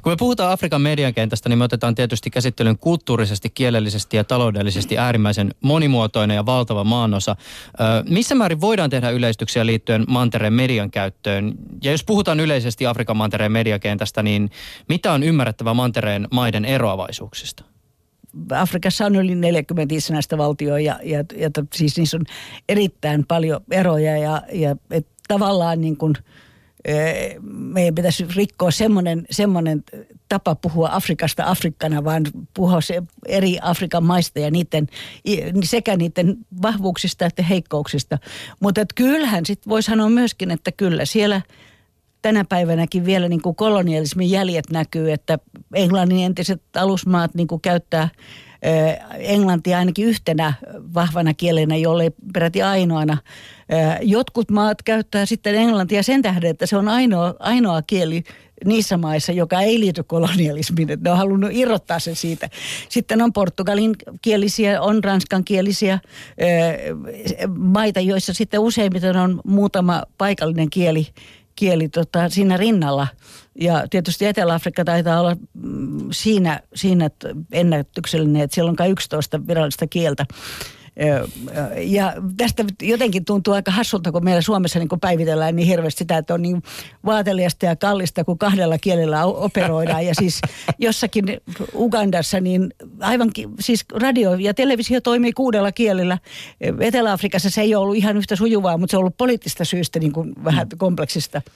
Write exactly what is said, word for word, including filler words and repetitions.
Kun me puhutaan Afrikan mediakentästä, niin me otetaan tietysti käsittelyyn kulttuurisesti, kielellisesti ja taloudellisesti äärimmäisen monimuotoinen ja valtava maanosa. Missä määrin voidaan tehdä yleistyksiä liittyen mantereen median käyttöön? Ja jos puhutaan yleisesti Afrikan mantereen mediakentästä, niin mitä on ymmärrettävä mantereen maiden eroavaisuuksista? Afrikassa on yli neljäkymmentä itsenäistä valtioa ja, ja, ja siis niissä on erittäin paljon eroja ja, ja et tavallaan niin kuin meidän pitäisi rikkoa semmoinen, semmoinen tapa puhua Afrikasta Afrikkana, vaan puhua se eri Afrikan maista ja niiden, sekä niiden vahvuuksista että heikkouksista. Mutta kyllähän sitten voi sanoa myöskin, että kyllä siellä tänä päivänäkin vielä niin kuin kolonialismin jäljet näkyy, että Englannin entiset alusmaat niin kuin käyttää englantia ainakin yhtenä vahvana kielenä, jollei peräti ainoana. Jotkut maat käyttää sitten englantia sen tähden, että se on ainoa, ainoa kieli niissä maissa, joka ei liity kolonialismiin. Ne on halunnut irrottaa sen siitä. Sitten on portugalin kielisiä, on ranskan kielisiä maita, joissa sitten useimmiten on muutama paikallinen kieli, kieli tota, siinä rinnalla. Ja tietysti Etelä-Afrikka taitaa olla siinä, siinä ennätyksellinen, että siellä on kai yksitoista virallista kieltä. Ja tästä jotenkin tuntuu aika hassulta, kun meillä Suomessa niin kun päivitellään niin hirveästi sitä, että on niin vaateliasta ja kallista, kun kahdella kielellä operoidaan. Ja siis jossakin Ugandassa niin aivan, siis radio ja televisio toimii kuudella kielellä. Etelä-Afrikassa se ei ole ollut ihan yhtä sujuvaa, mutta se on ollut poliittista syystä niin kuin vähän kompleksista.